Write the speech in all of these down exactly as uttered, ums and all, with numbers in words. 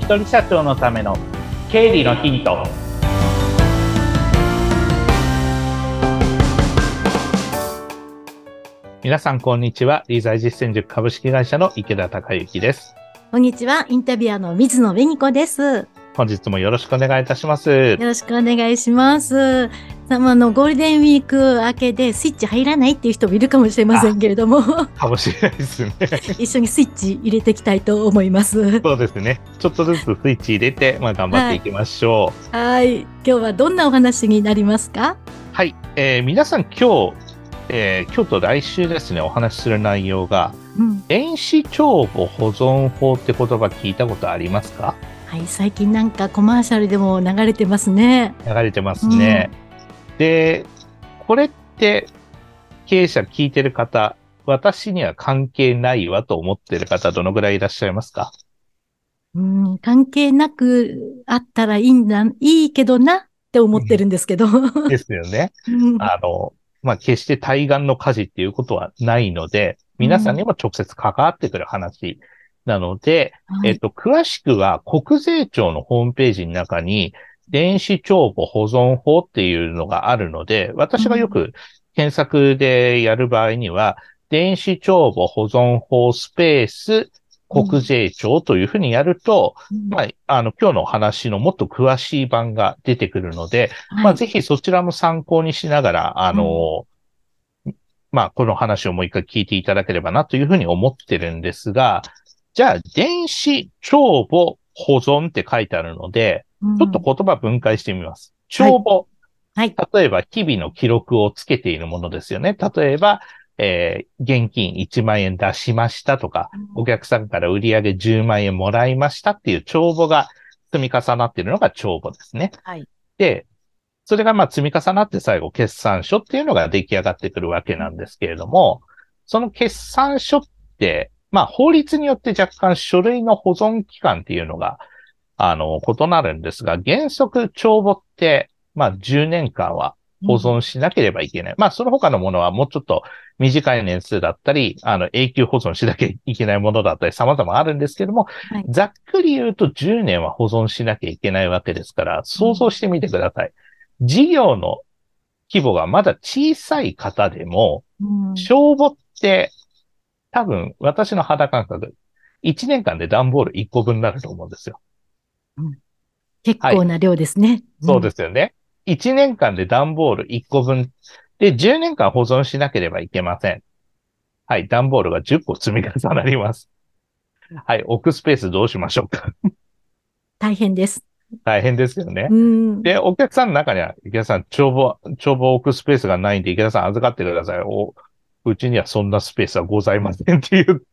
人社長のための経理のヒント。皆さんこんにちは。理財実践塾株式会社の池田隆之です。 こんにちは。インタビュアーの水野紅子です。 本日もよろしくお願いいたします。 よろしくお願いします。あのゴールデンウィーク明けでスイッチ入らないっていう人もいるかもしれませんけれども、 かもしれないですね。 一緒にスイッチ入れていきたいと思います。 そうですね。ちょっとずつスイッチ入れて、まあ、頑張っていきましょう。はい。はい。今日はどんなお話になりますか？ はい。えー、皆さん今日、えー、今日と来週ですね、お話しする内容が、うん、電子帳簿保存法って言葉聞いたことありますか？ はい、最近なんかコマーシャルでも流れてますね。 流れてますね。うん、で、これって経営者聞いてる方、私には関係ないわと思ってる方、どのぐらいいらっしゃいますか？ うん、関係なくあったらいいんだ、いいけどなって思ってるんですけど。 ですよね。うん、あの、まあ、決して対岸の火事っていうことはないので、皆さんにも直接関わってくる話なので、うん、えっと、詳しくは国税庁のホームページの中に、電子帳簿保存法っていうのがあるので、私がよく検索でやる場合には、電子帳簿保存法スペース国税庁というふうにやると、うん、まあ、あの、今日の話のもっと詳しい版が出てくるので、はい、まあ、ぜひそちらも参考にしながら、あの、うん、まあ、この話をもう一回聞いていただければなというふうに思ってるんですが、じゃあ、電子帳簿保存って書いてあるので、うん、ちょっと言葉分解してみます。帳簿。はい。はい、例えば、日々の記録をつけているものですよね。例えば、えー、現金いちまんえん出しましたとか、お客さんから売上じゅうまんえんもらいましたっていう帳簿が積み重なっているのが帳簿ですね。はい。で、それがまあ積み重なって最後決算書っていうのが出来上がってくるわけなんですけれども、その決算書って、まあ法律によって若干書類の保存期間っていうのが、あの、異なるんですが、原則帳簿って、まあじゅうねんかんは保存しなければいけない。うん、まあその他のものはもうちょっと短い年数だったり、あの永久保存しなきゃいけないものだったり様々あるんですけども、はい、ざっくり言うとじゅうねんは保存しなきゃいけないわけですから、想像してみてください。うん、事業の規模がまだ小さい方でも、うん、帳簿って多分私の肌感覚、いちねんかんで段ボールいっこぶんになると思うんですよ。 うん、結構な量ですね。はい、 そうですよね。いちねんかんで段ボールいっこぶん。で、じゅうねんかん保存しなければいけません。はい、段ボールがじゅっこ積み重なります。はい、置くスペースどうしましょうか。 大変です。 大変ですよね。で、お客さんの中には、池田さん、帳簿、帳簿を置くスペースがないんで、池田さん預かってください。お、うちにはそんなスペースはございませんって言って、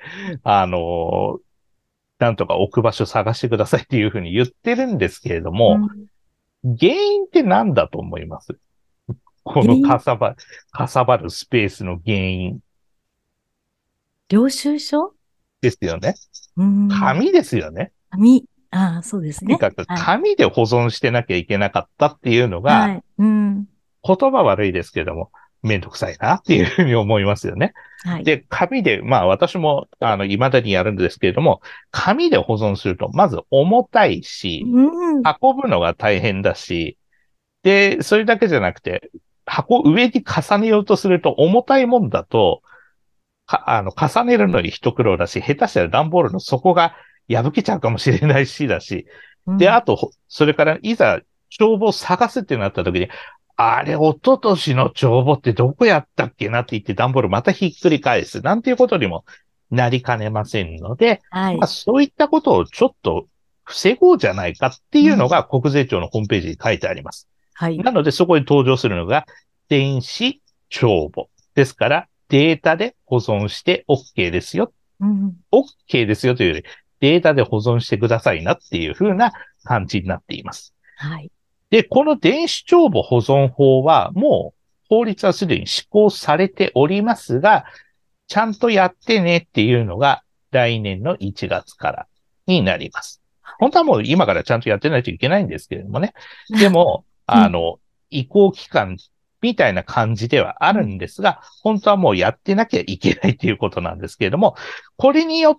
あの、なんとか置く場所探してくださいっていうふうに言ってるんですけれども、うん、原因って何だと思います？このかさば、かさばるスペースの原因。 領収書ですよね。紙ですよね。 紙。ああ、そうですね。 とにかく紙で保存してなきゃいけなかったっていうのが、はい、うん、言葉悪いですけども、めんどくさいなっていうふうに思いますよね。はい、で、紙で、まあ私も、あの、未だにやるんですけれども、紙で保存すると、まず重たいし、うん、運ぶのが大変だし、で、それだけじゃなくて、箱上に重ねようとすると重たいもんだと、あの、重ねるのに一苦労だし、下手したら段ボールの底が破けちゃうかもしれないしだし。うん、で、あと、それからいざ帳簿を探すってなった時に、あれ、一昨年の帳簿ってどこやったっけなって言って段ボールまたひっくり返す。なんていうことにもなりかねませんので、はい、まあ、そういったことをちょっと防ごうじゃないかっていうのが国税庁のホームページに書いてあります。はい、なので、そこに登場するのが電子帳簿ですから、データで保存して OK ですよ。うん、OK ですよというより、データで保存してくださいなっていう風な感じになっています。はい。で、この電子帳簿保存法は、もう法律はすでに施行されておりますが、ちゃんとやってねっていうのが来年のいちがつからになります。本当はもう今からちゃんとやってないといけないんですけれどもね。でも、あの、移行期間みたいな感じではあるんですが、本当はもうやってなきゃいけないということなんですけれども、これによって、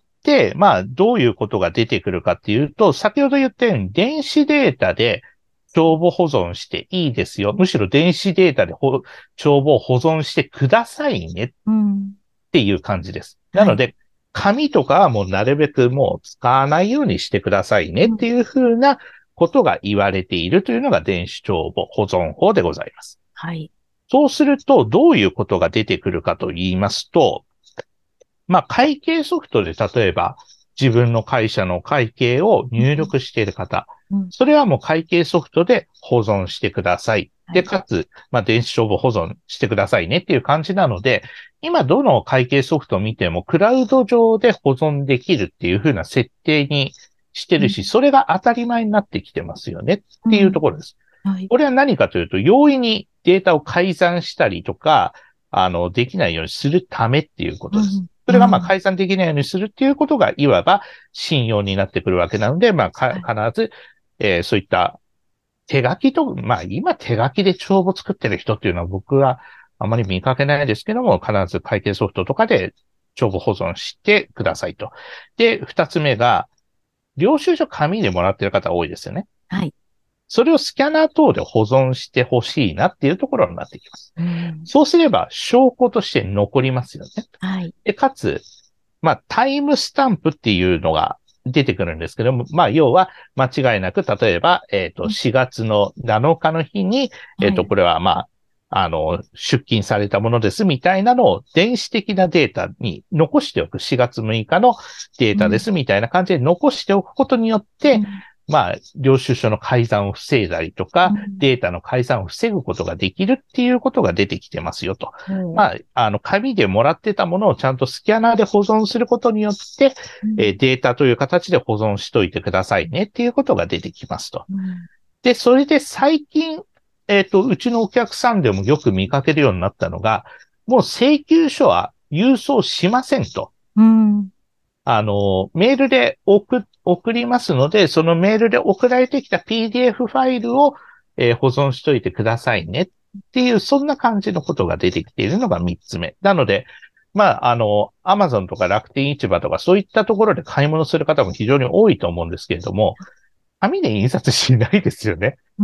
まあ、どういうことが出てくるかっていうと、先ほど言ったように電子データで帳簿保存していいですよ。むしろ電子データでほ帳簿を保存してくださいねっていう感じです。なので、紙とかはもうなるべくもう使わないようにしてくださいねっていうふうなことが言われているというのが電子帳簿保存法でございます。 はい。 そうすると、どういうことが出てくるかと言いますと、まあ、会計ソフトで例えば、自分の会社の会計を入力している方、 うん、 それはもう会計ソフトで保存してください。で、 はい、 かつ、まあ、電子帳簿保存してくださいねっていう感じなので、今どの会計ソフトを見ても、クラウド上で保存できるっていう風な設定にしてるし、 うん、 それが当たり前になってきてますよねっていうところです。 はい、 これは何かというと、容易にデータを改ざんしたりとか、あの、できないようにするためっていうことです。それがまあ改ざんできないようにするっていうことが、いわば信用になってくるわけなので、まあか、必ず、えー、そういった手書きと、まあ今手書きで帳簿作ってる人っていうのは僕はあまり見かけないですけども、必ず会計ソフトとかで帳簿保存してくださいと。で、二つ目が、領収書紙でもらってる方多いですよね。 はい。 それをスキャナー等で保存してほしいなっていうところになってきます。 うん、 そうすれば証拠として残りますよね。 はい。 で、かつ、まあ、タイムスタンプっていうのが出てくるんですけども、まあ、要は間違いなく、例えば、えっと、しがつのなのかの日に、えっと、これはまあ、あの、出勤されたものですみたいなのを電子的なデータに残しておく。しがつむいかのデータですみたいな感じで残しておくことによって、うんまあ、領収書の改ざんを防いだりとか、データの改ざんを防ぐことができるっていうことが出てきてますよと。まあ、あの、紙でもらってたものをちゃんとスキャナーで保存することによって、えー、データという形で保存しといてくださいねっていうことが出てきますと。で、それで最近、えっと、うちのお客さんでもよく見かけるようになったのが、もう請求書は郵送しませんと。 うんあの、メールで送、送りますので、そのメールで送られてきた ピーディーエフ ファイルを、えー保存しといてくださいねっていう、そんな感じのことが出てきているのがみっつめ。なので、まあ、あの、アマゾンとか楽天市場とかそういったところで買い物する方も非常に多いと思うんですけれども、紙で印刷しないですよね。 うん、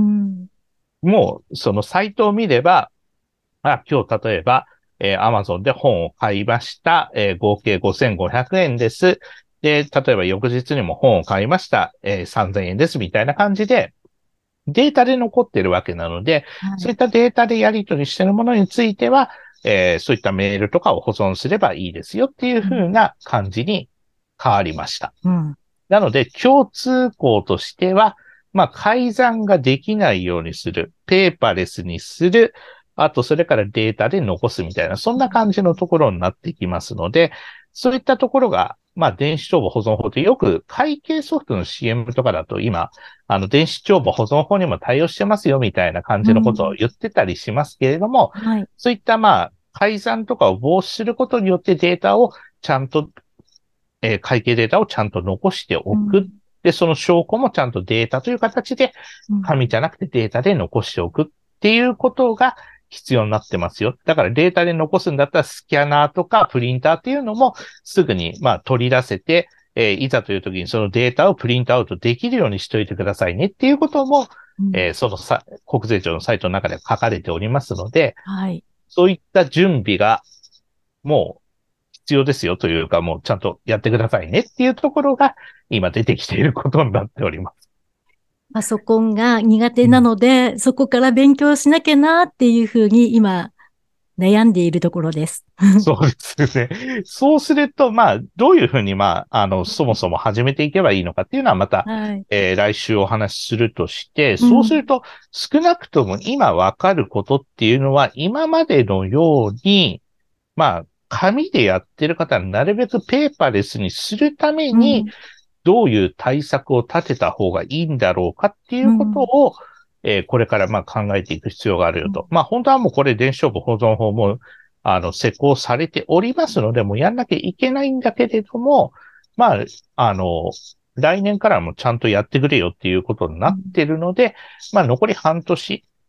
もう、そのサイトを見れば、あ、今日例えば、えー、Amazon で本を買いました。えー合計ごせんごひゃくえんです。で、例えば翌日にも本を買いました。えーさんぜんえんです。みたいな感じで、データで残ってるわけなので、 はいそういったデータでやり取りしているものについては、えーそういったメールとかを保存すればいいですよっていう風な感じに変わりました。 うん、 なので、共通項としては、まあ、改ざんができないようにする、ペーパーレスにする、あと、それからデータで残すみたいな、そんな感じのところになってきますので、そういったところが、まあ、電子帳簿保存法ってよく会計ソフトの シーエム とかだと今、あの、電子帳簿保存法にも対応してますよみたいな感じのことを言ってたりしますけれども、 はい。 そういったまあ、改ざんとかを防止することによってデータをちゃんとえー会計データをちゃんと残しておく。 うん、 で、その証拠もちゃんとデータという形で、紙じゃなくてデータで残しておくっていうことが必要になってますよ。だからデータで残すんだったらスキャナーとかプリンターっていうのもすぐにまあ取り出せて、えーいざという時にそのデータをプリントアウトできるようにしておいてくださいねっていうことも、 うんえーそのさ国税庁のサイトの中で書かれておりますので、 はい。 そういった準備がもう必要ですよというか、もうちゃんとやってくださいねっていうところが今出てきていることになっております。 パソコンが苦手なので、うん、そこから勉強しなきゃなっていうふうに今悩んでいるところです。 そうですね。そうすると、まあ、どういうふうに、まあ、あの、そもそも始めていけばいいのかっていうのはまた、はい、えー、来週お話しするとして、そうすると、少なくとも今わかることっていうのは、今までのように、まあ、紙でやってる方はなるべくペーパーレスにするために、どういう対策を立てた方がいいんだろうかっていうことを、うんえー、これからまあ考えていく必要があるよと。うん、まあ本当はもうこれ電子帳簿保存法も、あの、施行されておりますので、もうやんなきゃいけないんだけれども、まあ、あの、来年からもちゃんとやってくれよっていうことになってるので、うん、まあ残り半年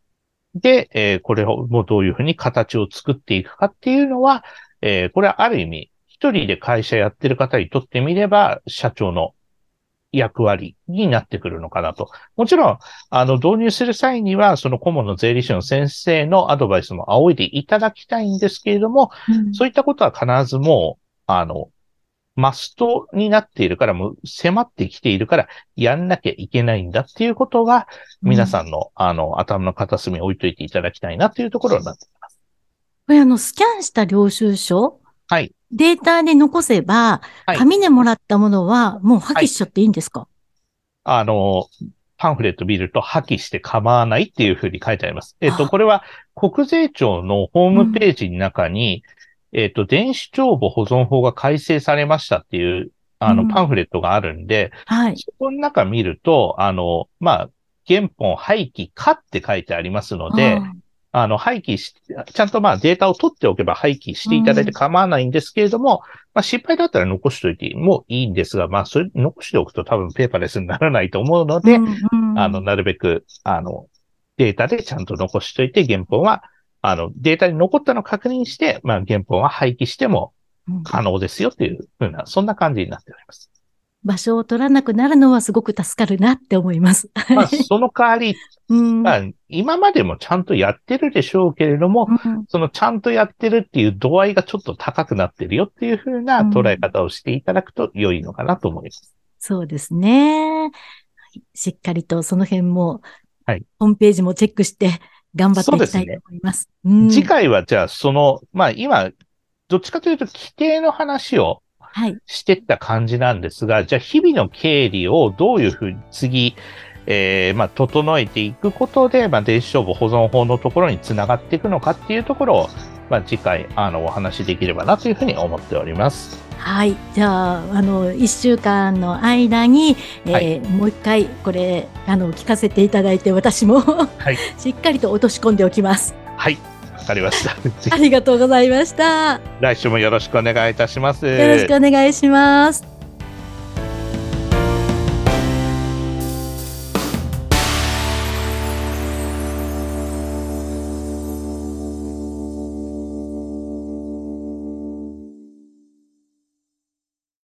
で、えーこれをもうどういうふうに形を作っていくかっていうのは、えーこれはある意味、一人で会社やってる方にとってみれば、社長の役割になってくるのかなと。もちろん、あの、導入する際には、その顧問の税理士の先生のアドバイスも仰いでいただきたいんですけれども、 うん、 そういったことは必ずもう、あの、マストになっているから、もう迫ってきているから、やんなきゃいけないんだっていうことが、皆さんの、あの、頭の片隅に置いといていただきたいなっていうところになっています。 これあの、スキャンした領収書、 はい。 データで残せば、 はい。 紙でもらったものはもう破はい。 棄しちゃっていいんですか？ あの、パンフレット見ると破棄して構わないっていうふうに書いてあります。えっと、 あ、 これは国税庁のホーうん。 ムページの中に、えっと、電子帳簿保存法が改正されましたっていう、あの、パンうん。 フレットがあるんで、 はい。 そこの中見ると、あの、まあ、原本廃棄かって書いてありますので、 ああ。 あの、廃棄し、ちゃんとまあデータを取っておけば廃棄していただいてうん。 構わないんですけれども、まあ失敗だったら残しておいてもいいんですが、まあそれ残しておくと多分ペーパーレスにならないと思うので、 うん。うあの、 ん。 なるべく、あの、データでちゃんと残しておいて、原本は、あの、データに残ったのを確認して、まあ原本は廃棄してもうん。 可能ですよっていうふうな、そんな感じになっております。 場所を取らなくなるのはすごく助かるなって思います。はまあ、 い。 その代わり、 うん。 まあ、今までもちゃんとやってるでしょうけれども、 うん。 そのちゃんとやってるっていう度合いがちょっと高くなってるよっていうふうな捉えうん。 方をしていただくと良いのかなと思います。 そうですね。しっかりとその辺も、 はい。 ホームページもチェックして頑張っていきたいとそうですね。 思います。うん。 次回はじゃあその、まあ今、どっちかというと規定の話をはい。 してった感じなんですが、じゃあ日々の経理をどういうふうに次、えー、まあ整えていくことで、まあ電子帳簿保存法のところにつながっていくのかっていうところを、まあ次回、あの、お話しできればなというふうに思っております。 はい。じゃあ、あの、一週間の間に、 はい。 えーもう一回、これ、あの、聞かせていただいて、私もはい。 しっかりと落とし込んでおきます。 はい。わかりました。ぜひ、 ありがとうございました。 来週もよろしくお願いいたしまよろしす。 くお願いします。